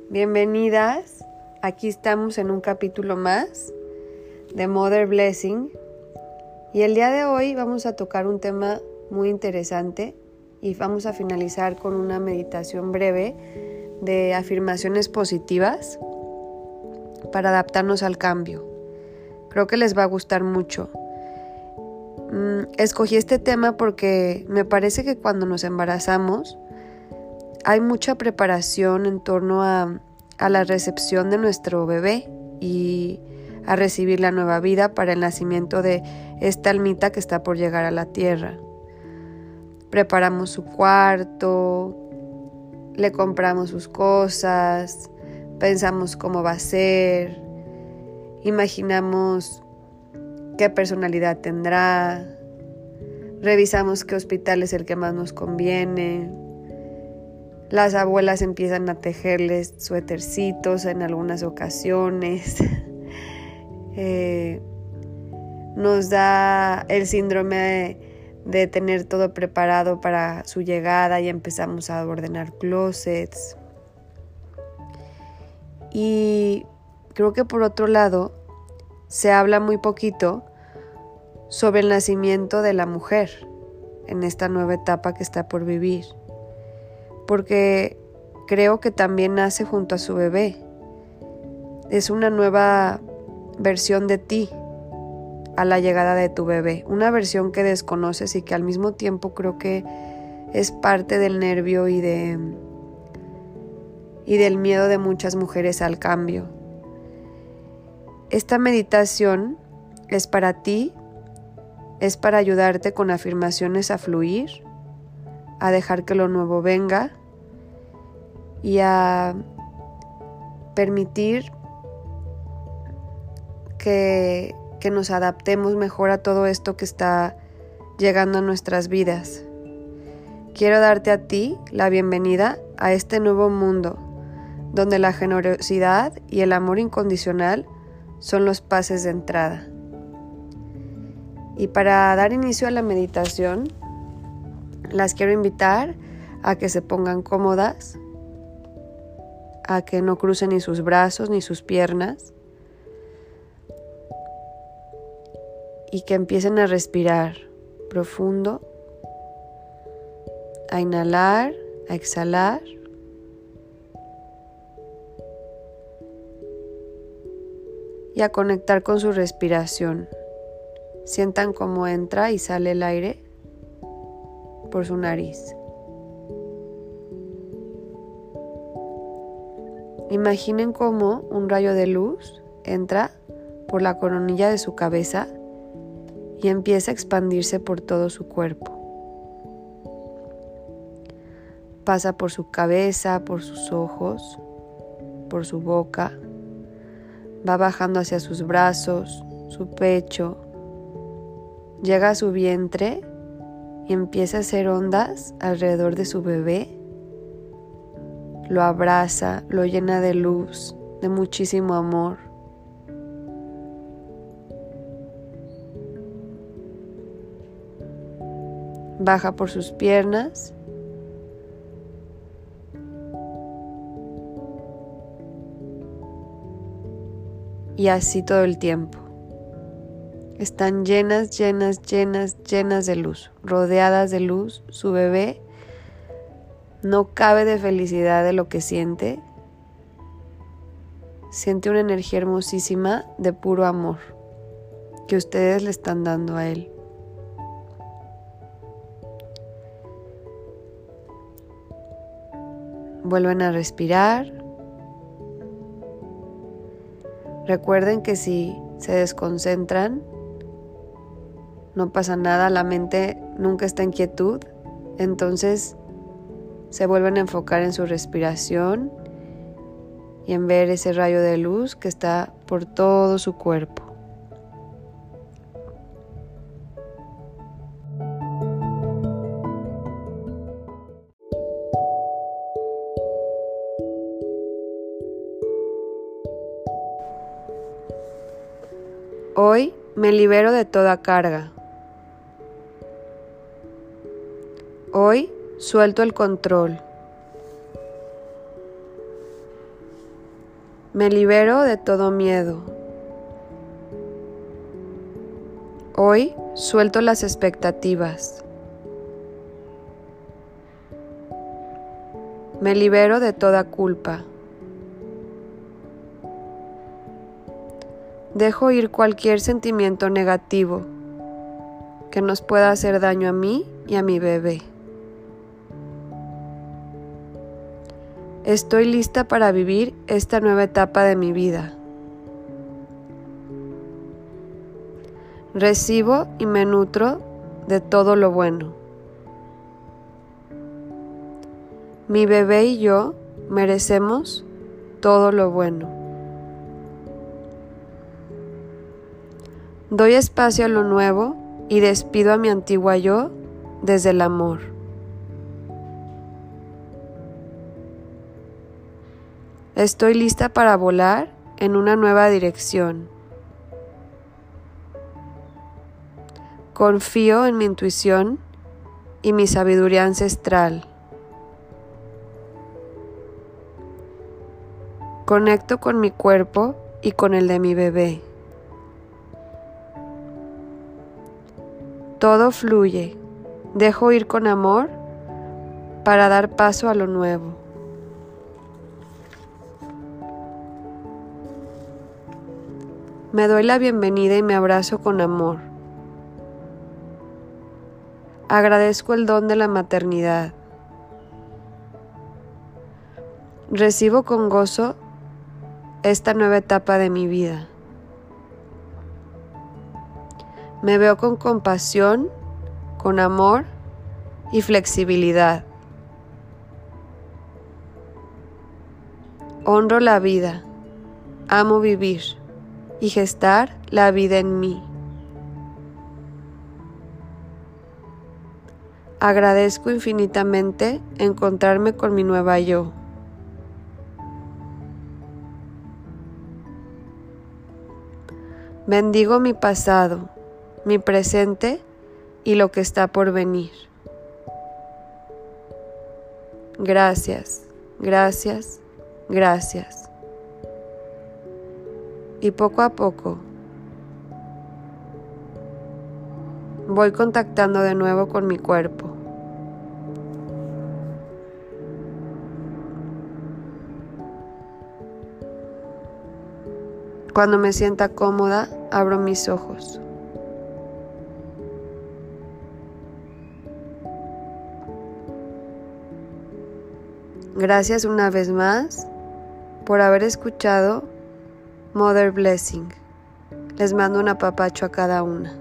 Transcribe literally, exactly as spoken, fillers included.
Bienvenidas, aquí estamos en un capítulo más de Mother Blessing y el día de hoy vamos a tocar un tema muy interesante y vamos a finalizar con una meditación breve de afirmaciones positivas para adaptarnos al cambio. Creo que les va a gustar mucho. Mm, escogí este tema porque me parece que cuando nos embarazamos hay mucha preparación en torno a, a la recepción de nuestro bebé y a recibir la nueva vida para el nacimiento de esta almita que está por llegar a la tierra. Preparamos su cuarto, le compramos sus cosas, pensamos cómo va a ser, imaginamos qué personalidad tendrá, revisamos qué hospital es el que más nos conviene. Las abuelas empiezan a tejerles suétercitos en algunas ocasiones. eh, nos da el síndrome de, de tener todo preparado para su llegada y empezamos a ordenar closets. Y creo que por otro lado se habla muy poquito sobre el nacimiento de la mujer en esta nueva etapa que está por vivir. Porque creo que también nace junto a su bebé. Es una nueva versión de ti a la llegada de tu bebé. Una versión que desconoces y que al mismo tiempo creo que es parte del nervio y, de, y del miedo de muchas mujeres al cambio. Esta meditación es para ti, es para ayudarte con afirmaciones a fluir, a dejar que lo nuevo venga y a permitir que, que nos adaptemos mejor a todo esto que está llegando a nuestras vidas. Quiero darte a ti la bienvenida a este nuevo mundo, donde la generosidad y el amor incondicional son los pases de entrada. Y para dar inicio a la meditación, las quiero invitar a que se pongan cómodas, a que no crucen ni sus brazos ni sus piernas y que empiecen a respirar profundo, a inhalar, a exhalar y a conectar con su respiración. Sientan cómo entra y sale el aire por su nariz. Imaginen cómo un rayo de luz entra por la coronilla de su cabeza y empieza a expandirse por todo su cuerpo. Pasa por su cabeza, por sus ojos, por su boca, va bajando hacia sus brazos, su pecho, llega a su vientre y empieza a hacer ondas alrededor de su bebé. Lo abraza, lo llena de luz, de muchísimo amor. Baja por sus piernas. Y así todo el tiempo. Están llenas, llenas, llenas, llenas de luz, rodeadas de luz. Su bebé no cabe de felicidad de lo que siente. Siente una energía hermosísima de puro amor que ustedes le están dando a él. Vuelven a respirar. Recuerden que si se desconcentran, no pasa nada, la mente nunca está en quietud, entonces se vuelven a enfocar en su respiración y en ver ese rayo de luz que está por todo su cuerpo. Hoy me libero de toda carga. Hoy suelto el control. Me libero de todo miedo. Hoy suelto las expectativas. Me libero de toda culpa. Dejo ir cualquier sentimiento negativo que nos pueda hacer daño a mí y a mi bebé. Estoy lista para vivir esta nueva etapa de mi vida. Recibo y me nutro de todo lo bueno. Mi bebé y yo merecemos todo lo bueno. Doy espacio a lo nuevo y despido a mi antigua yo desde el amor. Estoy lista para volar en una nueva dirección. Confío en mi intuición y mi sabiduría ancestral. Conecto con mi cuerpo y con el de mi bebé. Todo fluye. Dejo ir con amor para dar paso a lo nuevo. Me doy la bienvenida y me abrazo con amor. Agradezco el don de la maternidad. Recibo con gozo esta nueva etapa de mi vida. Me veo con compasión, con amor y flexibilidad. Honro la vida, amo vivir y gestar la vida en mí. Agradezco infinitamente encontrarme con mi nueva yo. Bendigo mi pasado, mi presente y lo que está por venir. Gracias, gracias, gracias. Y poco a poco voy contactando de nuevo con mi cuerpo. Cuando me sienta cómoda, abro mis ojos. Gracias una vez más por haber escuchado Mother Blessing. Les mando un apapacho a cada una.